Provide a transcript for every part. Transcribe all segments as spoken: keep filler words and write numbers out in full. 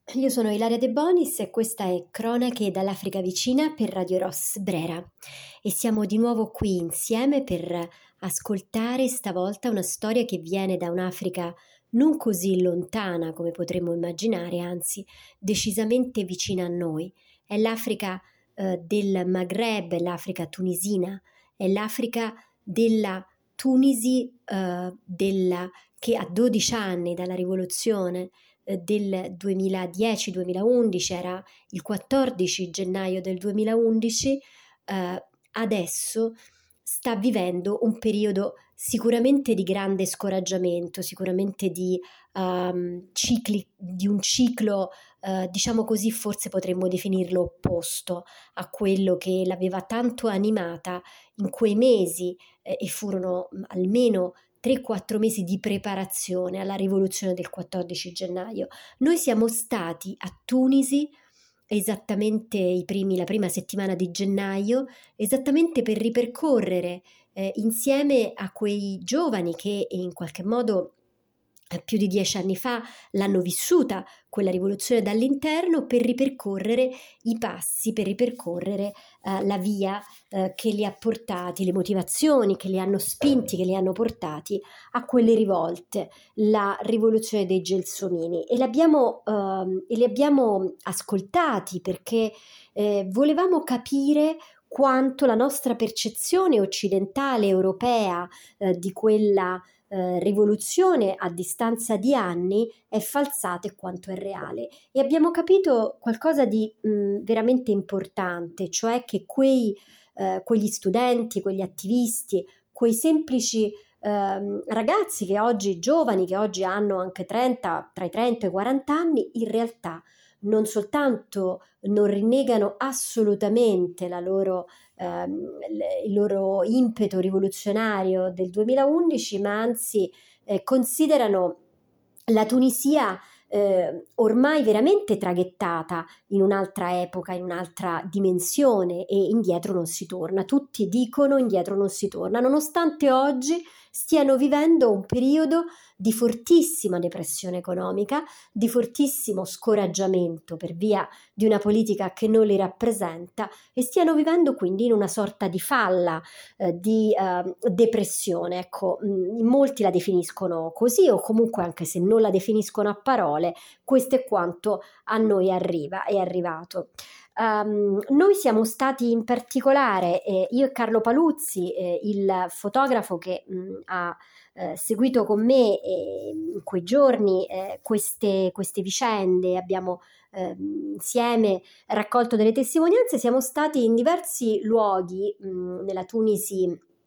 Io sono Ilaria De Bonis e questa è Cronache dall'Africa vicina per Radio Ross Brera e siamo di nuovo qui insieme per ascoltare stavolta una storia che viene da un'Africa non così lontana come potremmo immaginare, anzi decisamente vicina a noi. È l'Africa eh, del Maghreb, è l'Africa tunisina, è l'Africa della Tunisi eh, della, che a dodici anni dalla rivoluzione del duemiladieci duemilaundici, era il quattordici gennaio del duemilaundici, eh, adesso sta vivendo un periodo sicuramente di grande scoraggiamento, sicuramente di, um, cicli, di un ciclo, uh, diciamo così, forse potremmo definirlo opposto a quello che l'aveva tanto animata in quei mesi, eh, e furono almeno tre quattro mesi di preparazione alla rivoluzione del quattordici gennaio. Noi siamo stati a Tunisi esattamente i primi, la prima settimana di gennaio, esattamente per ripercorrere eh, insieme a quei giovani che in qualche modo più di dieci anni fa l'hanno vissuta quella rivoluzione dall'interno, per ripercorrere i passi, per ripercorrere uh, la via uh, che li ha portati, le motivazioni che li hanno spinti, che li hanno portati a quelle rivolte, la rivoluzione dei Gelsomini, e, l'abbiamo, uh, e li abbiamo ascoltati perché eh, volevamo capire quanto la nostra percezione occidentale europea eh, di quella Eh, rivoluzione a distanza di anni è falsata e quanto è reale, e abbiamo capito qualcosa di mh, veramente importante, cioè che quei, eh, quegli studenti, quegli attivisti, quei semplici ehm, ragazzi che oggi, giovani che oggi hanno anche trenta, tra i trenta e i quaranta anni, in realtà non soltanto non rinnegano assolutamente la loro ehm, il loro impeto rivoluzionario del duemilaundici, ma anzi eh, considerano la Tunisia eh, ormai veramente traghettata in un'altra epoca, in un'altra dimensione, e indietro non si torna. Tutti dicono indietro non si torna, nonostante oggi stiano vivendo un periodo di fortissima depressione economica, di fortissimo scoraggiamento per via di una politica che non li rappresenta, e stiano vivendo quindi in una sorta di falla, eh, di eh, depressione. Ecco, mh, molti la definiscono così, o comunque, anche se non la definiscono a parole, questo è quanto a noi arriva, è arrivato. Um, noi siamo stati in particolare, eh, io e Carlo Paluzzi, eh, il fotografo che mh, ha eh, seguito con me eh, in quei giorni eh, queste, queste vicende, abbiamo eh, insieme raccolto delle testimonianze, siamo stati in diversi luoghi mh, nella Tunisi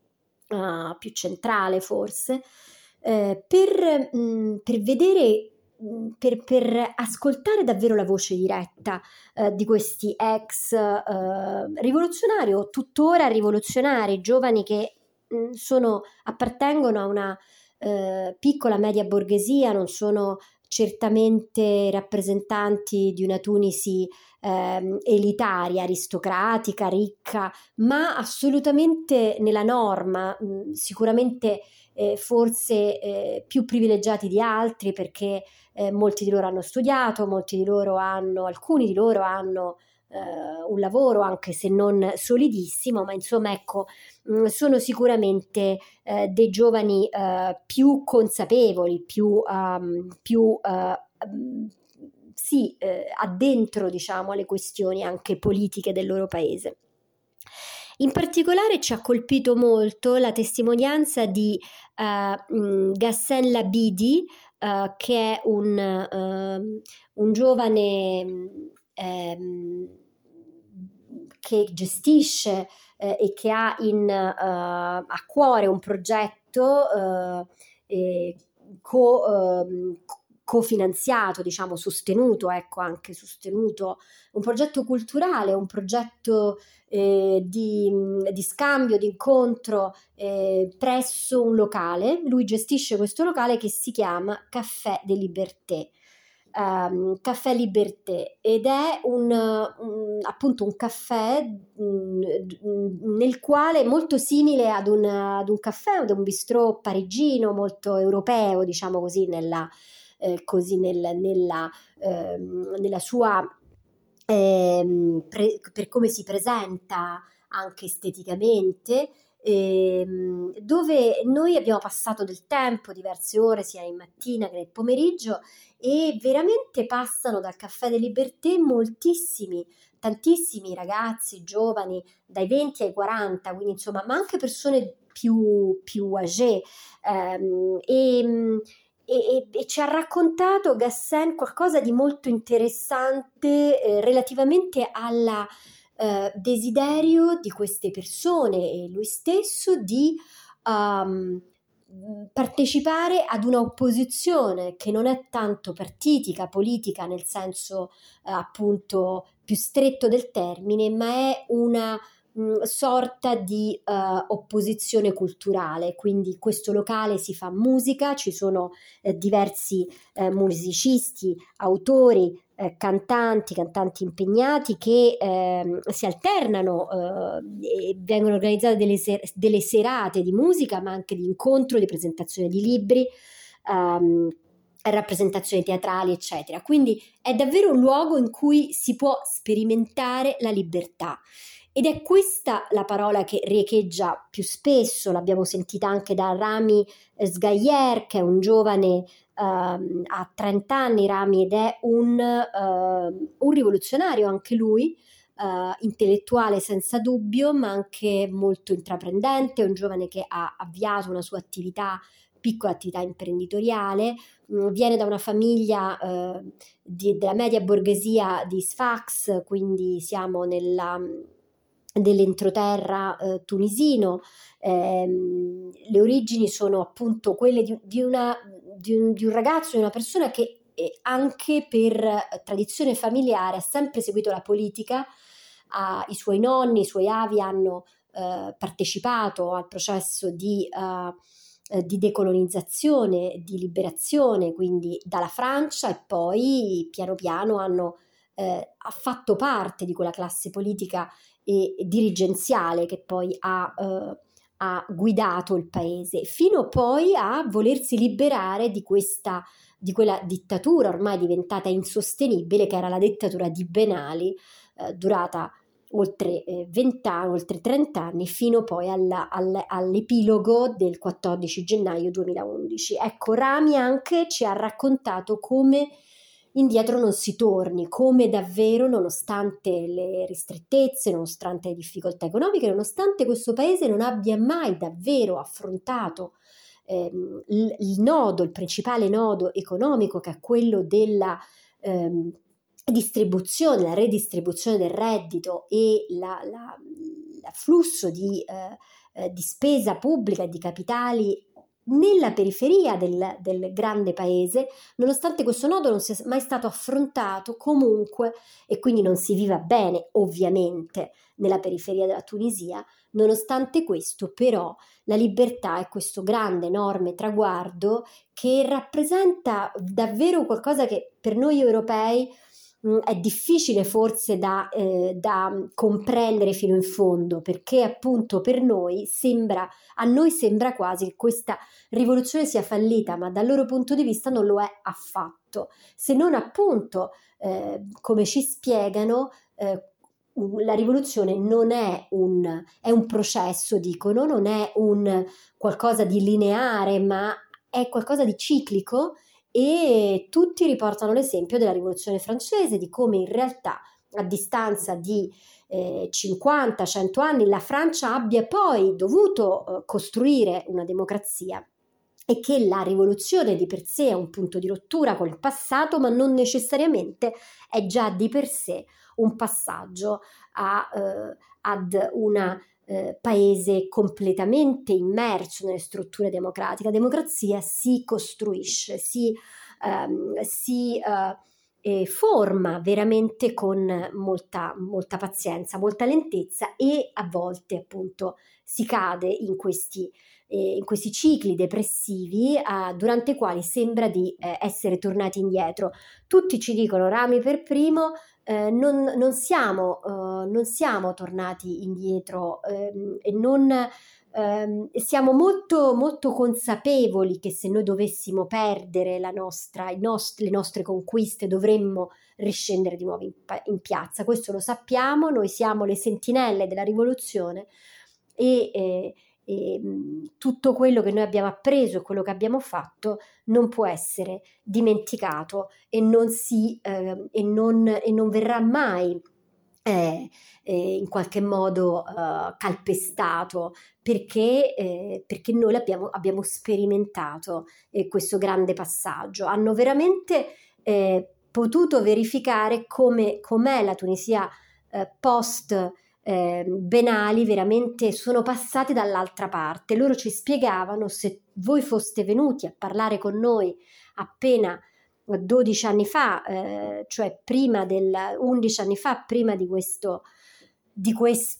uh, più centrale forse, eh, per, mh, per vedere, per, per ascoltare davvero la voce diretta eh, di questi ex eh, rivoluzionari o tuttora rivoluzionari, giovani che mh, sono, appartengono a una eh, piccola media borghesia, non sono certamente rappresentanti di una Tunisi eh, elitaria, aristocratica, ricca, ma assolutamente nella norma, mh, sicuramente eh, forse eh, più privilegiati di altri, perché eh, molti di loro hanno studiato, molti di loro hanno, alcuni di loro hanno eh, un lavoro anche se non solidissimo, ma insomma ecco, mh, sono sicuramente eh, dei giovani eh, più consapevoli, più, um, più uh, sì, eh, addentro, diciamo, alle questioni anche politiche del loro paese. In particolare ci ha colpito molto la testimonianza di uh, Ghassan Labidi, uh, che è un, uh, un giovane um, che gestisce eh, e che ha in, uh, a cuore un progetto uh, eh, co, uh, cofinanziato, diciamo sostenuto, ecco anche sostenuto, un progetto culturale, un progetto eh, di, di scambio, di incontro eh, presso un locale. Lui gestisce questo locale che si chiama Café de Liberté. Um, Caffè Liberté, ed è un, un, appunto un caffè um, nel quale, molto simile ad un, ad un caffè, ad un bistrò parigino, molto europeo, diciamo così, nella, eh, così nel, nella, ehm, nella sua, ehm, pre- per come si presenta anche esteticamente, ehm, dove noi abbiamo passato del tempo, diverse ore, sia in mattina che nel pomeriggio, e veramente passano dal Caffè delle Liberté moltissimi, tantissimi ragazzi giovani, dai venti ai quaranta, quindi insomma, ma anche persone più, più âgée, ehm, e, e, e ci ha raccontato Gassen qualcosa di molto interessante eh, relativamente alla eh, desiderio di queste persone e lui stesso di um, partecipare ad una opposizione che non è tanto partitica, politica nel senso eh, appunto più stretto del termine, ma è una mh, sorta di eh, opposizione culturale. Quindi in questo locale si fa musica, ci sono eh, diversi eh, musicisti, autori, eh, cantanti, cantanti impegnati che ehm, si alternano eh, e vengono organizzate delle, ser- delle serate di musica, ma anche di incontro, di presentazione di libri, ehm, rappresentazioni teatrali, eccetera. Quindi è davvero un luogo in cui si può sperimentare la libertà. Ed è questa la parola che riecheggia più spesso, l'abbiamo sentita anche da Rami Sgayer, che è un giovane Uh, ha trenta anni Rami ed è un, uh, un rivoluzionario anche lui, uh, intellettuale senza dubbio, ma anche molto intraprendente, un giovane che ha avviato una sua attività, piccola attività imprenditoriale, um, viene da una famiglia uh, di, della media borghesia di Sfax, quindi siamo nella, dell'entroterra uh, tunisino. Eh, le origini sono appunto quelle di, di una Di un, di un ragazzo, di una persona che eh, anche per eh, tradizione familiare ha sempre seguito la politica, ah, i suoi nonni, i suoi avi hanno eh, partecipato al processo di, eh, eh, di decolonizzazione, di liberazione, quindi dalla Francia, e poi piano piano hanno eh, ha fatto parte di quella classe politica e, e dirigenziale che poi ha eh, ha guidato il paese, fino poi a volersi liberare di questa, di quella dittatura ormai diventata insostenibile, che era la dittatura di Ben Ali, eh, durata oltre venti anni, oltre trenta anni, fino poi alla, alla, all'epilogo del quattordici gennaio duemilaundici. Ecco, Rami anche ci ha raccontato come indietro non si torni, come davvero, nonostante le ristrettezze, nonostante le difficoltà economiche, nonostante questo paese non abbia mai davvero affrontato ehm, il, il nodo, il principale nodo economico, che è quello della ehm, distribuzione, la redistribuzione del reddito e la, la, l'afflusso di, eh, eh, di spesa pubblica e di capitali nella periferia del, del grande paese. Nonostante questo nodo non sia mai stato affrontato comunque, e quindi non si viva bene ovviamente nella periferia della Tunisia, nonostante questo però la libertà è questo grande, enorme traguardo che rappresenta davvero qualcosa che per noi europei mh, è difficile forse da, eh, da comprendere fino in fondo, perché appunto per noi sembra, a noi sembra quasi che questa rivoluzione sia fallita, ma dal loro punto di vista non lo è affatto, se non appunto eh, come ci spiegano eh, la rivoluzione non è un, è un processo, dicono, non è un qualcosa di lineare, ma è qualcosa di ciclico, e tutti riportano l'esempio della rivoluzione francese, di come in realtà a distanza di eh, cinquanta cento anni la Francia abbia poi dovuto eh, costruire una democrazia, e che la rivoluzione di per sé è un punto di rottura con il passato, ma non necessariamente è già di per sé un passaggio a, eh, ad un eh, paese completamente immerso nelle strutture democratiche. La democrazia si costruisce, si, ehm, si eh, eh, forma veramente con molta, molta pazienza, molta lentezza, e a volte appunto si cade in questi in questi cicli depressivi eh, durante i quali sembra di eh, essere tornati indietro. Tutti ci dicono, Rami per primo, eh, non, non, siamo, eh, non siamo tornati indietro, ehm, e non, ehm, siamo molto, molto consapevoli che se noi dovessimo perdere la nostra, i nost- le nostre conquiste dovremmo riscendere di nuovo in, pa- in piazza. Questo lo sappiamo, noi siamo le sentinelle della rivoluzione e, eh, e mh, tutto quello che noi abbiamo appreso e quello che abbiamo fatto non può essere dimenticato e non, si, eh, e non, e non verrà mai eh, eh, in qualche modo eh, calpestato perché, eh, perché noi abbiamo, abbiamo sperimentato eh, questo grande passaggio. Hanno veramente eh, potuto verificare come com'è la Tunisia eh, post eh, Ben Ali, veramente sono passati dall'altra parte. Loro ci spiegavano: se voi foste venuti a parlare con noi appena dodici anni fa, eh, cioè prima del undici anni fa, prima di questo di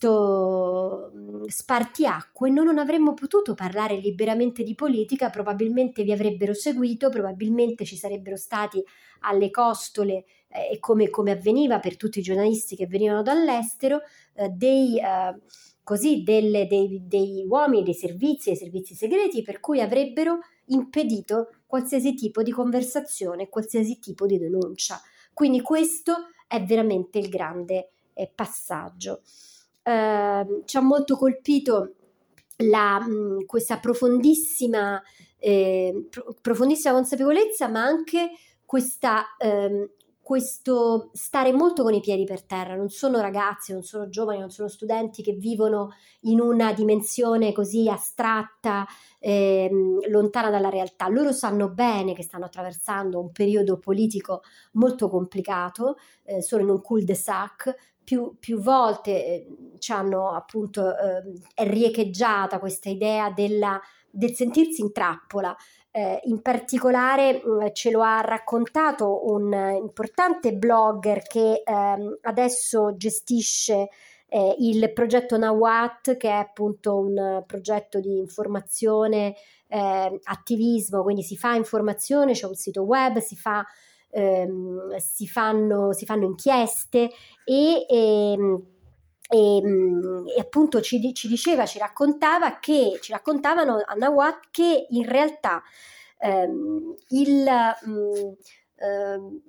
questo mh, spartiacque, noi non avremmo potuto parlare liberamente di politica, probabilmente vi avrebbero seguito, probabilmente ci sarebbero stati alle costole, eh, e come, come avveniva per tutti i giornalisti che venivano dall'estero, eh, dei, eh, così, delle, dei, dei uomini dei servizi, dei servizi segreti, per cui avrebbero impedito qualsiasi tipo di conversazione, qualsiasi tipo di denuncia. Quindi questo è veramente il grande eh, passaggio. Eh, ci ha molto colpito la, mh, questa profondissima, eh, pro- profondissima consapevolezza, ma anche questa, ehm, questo stare molto con i piedi per terra. Non sono ragazzi, non sono giovani, non sono studenti che vivono in una dimensione così astratta, ehm, lontana dalla realtà. Loro sanno bene che stanno attraversando un periodo politico molto complicato, eh, sono in un cul-de-sac. Più, più volte eh, ci hanno appunto eh, è riecheggiata questa idea della, del sentirsi in trappola. Eh, in particolare mh, ce lo ha raccontato un eh, importante blogger che ehm, adesso gestisce eh, il progetto Nawat, che è appunto un progetto di informazione, eh, attivismo, quindi si fa informazione, c'è un sito web, si fa, ehm, si fanno, si fanno inchieste e, e, e, e appunto ci, ci diceva, ci raccontava che ci raccontavano a Nawat che in realtà ehm, il mh, ehm,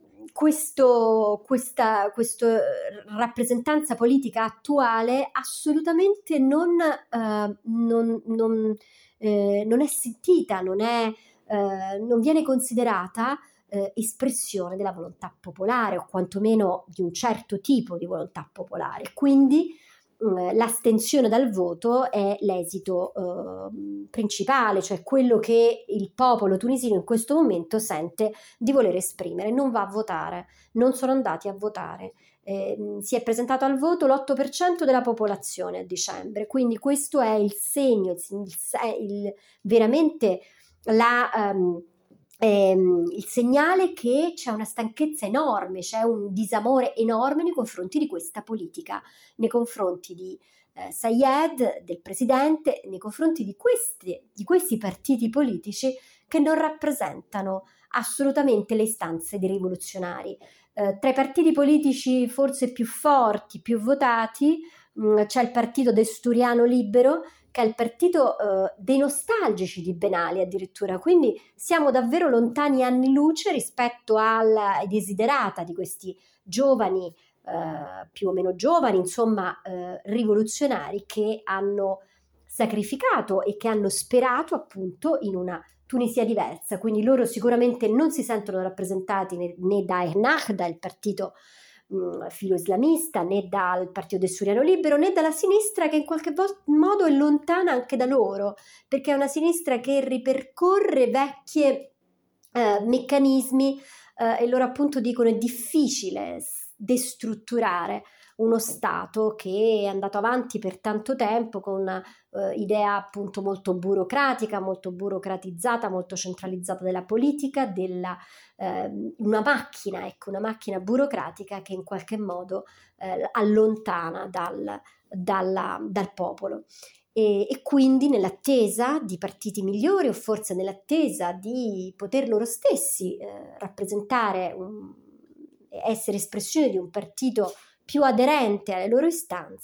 questo, questa questo rappresentanza politica attuale assolutamente non, eh, non, non, eh, non è sentita, non, è, eh, non viene considerata eh, espressione della volontà popolare o quantomeno di un certo tipo di volontà popolare. Quindi mh, l'astensione dal voto è l'esito eh, principale, cioè quello che il popolo tunisino in questo momento sente di voler esprimere. Non va a votare, non sono andati a votare. Eh, si è presentato al voto l'otto per cento della popolazione a dicembre, quindi questo è il segno, il, il, il, veramente la, um, ehm, il segnale che c'è una stanchezza enorme, c'è un disamore enorme nei confronti di questa politica, nei confronti di eh, Sayed, del presidente, nei confronti di questi, di questi partiti politici che non rappresentano assolutamente le istanze dei rivoluzionari. Eh, tra i partiti politici forse più forti, più votati, mh, c'è il partito Desturiano Libero, che è il partito eh, dei nostalgici di Ben Ali addirittura, quindi siamo davvero lontani anni luce rispetto alla, ai desiderata di questi giovani, eh, più o meno giovani, insomma, eh, rivoluzionari che hanno sacrificato e che hanno sperato appunto in una Tunisia diversa, quindi loro sicuramente non si sentono rappresentati né, né da Ennahda, il partito mh, filo-islamista, né dal partito del Suriano Libero, né dalla sinistra che in qualche vo- modo è lontana anche da loro, perché è una sinistra che ripercorre vecchie eh, meccanismi eh, e loro appunto dicono è difficile destrutturare uno Stato che è andato avanti per tanto tempo con una uh, idea appunto molto burocratica, molto burocratizzata, molto centralizzata della politica, della, uh, una macchina, ecco, una macchina burocratica che in qualche modo uh, allontana dal, dalla, dal popolo. E, e quindi nell'attesa di partiti migliori o forse nell'attesa di poter loro stessi eh, rappresentare, un, essere espressione di un partito più aderente alle loro istanze,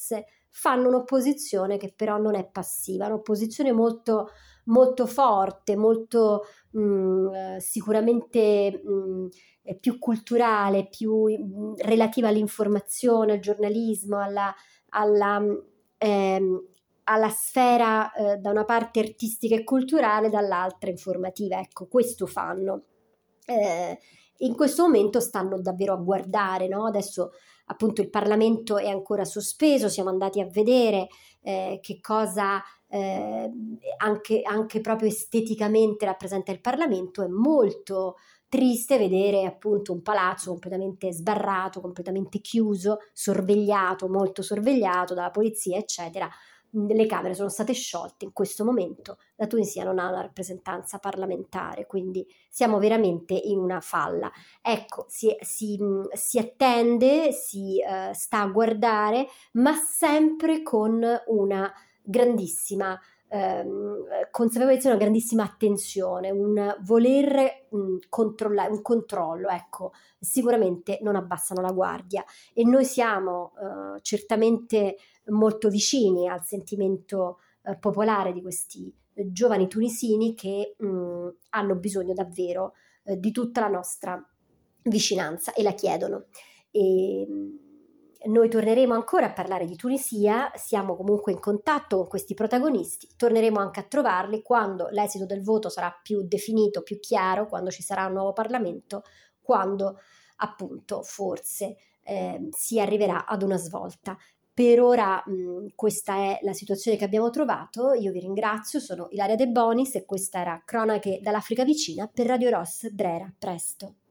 fanno un'opposizione che però non è passiva, un'opposizione molto, molto forte, molto mh, sicuramente mh, più culturale, più mh, relativa all'informazione, al giornalismo, alla, alla, ehm, alla sfera eh, da una parte artistica e culturale, dall'altra informativa. Ecco, questo fanno. Eh, in questo momento stanno davvero a guardare, no? Adesso appunto il Parlamento è ancora sospeso, siamo andati a vedere eh, che cosa eh, anche, anche proprio esteticamente rappresenta il Parlamento. È molto triste vedere appunto un palazzo completamente sbarrato, completamente chiuso, sorvegliato, molto sorvegliato dalla polizia, eccetera. Le Camere sono state sciolte. In questo momento la Tunisia non ha una rappresentanza parlamentare, quindi siamo veramente in una falla. Ecco, si, si, si attende, si uh, sta a guardare, ma sempre con una grandissima ehm, consapevolezza, una grandissima attenzione, un voler mh, controllare, un controllo, ecco, sicuramente non abbassano la guardia, e noi siamo uh, certamente molto vicini al sentimento eh, popolare di questi eh, giovani tunisini che mh, hanno bisogno davvero eh, di tutta la nostra vicinanza e la chiedono. E, mh, noi torneremo ancora a parlare di Tunisia, siamo comunque in contatto con questi protagonisti, torneremo anche a trovarli quando l'esito del voto sarà più definito, più chiaro, quando ci sarà un nuovo Parlamento, quando appunto forse eh, si arriverà ad una svolta. Per ora mh, questa è la situazione che abbiamo trovato. Io vi ringrazio, sono Ilaria De Bonis e questa era Cronache dall'Africa Vicina per Radio Ross Brera. Presto.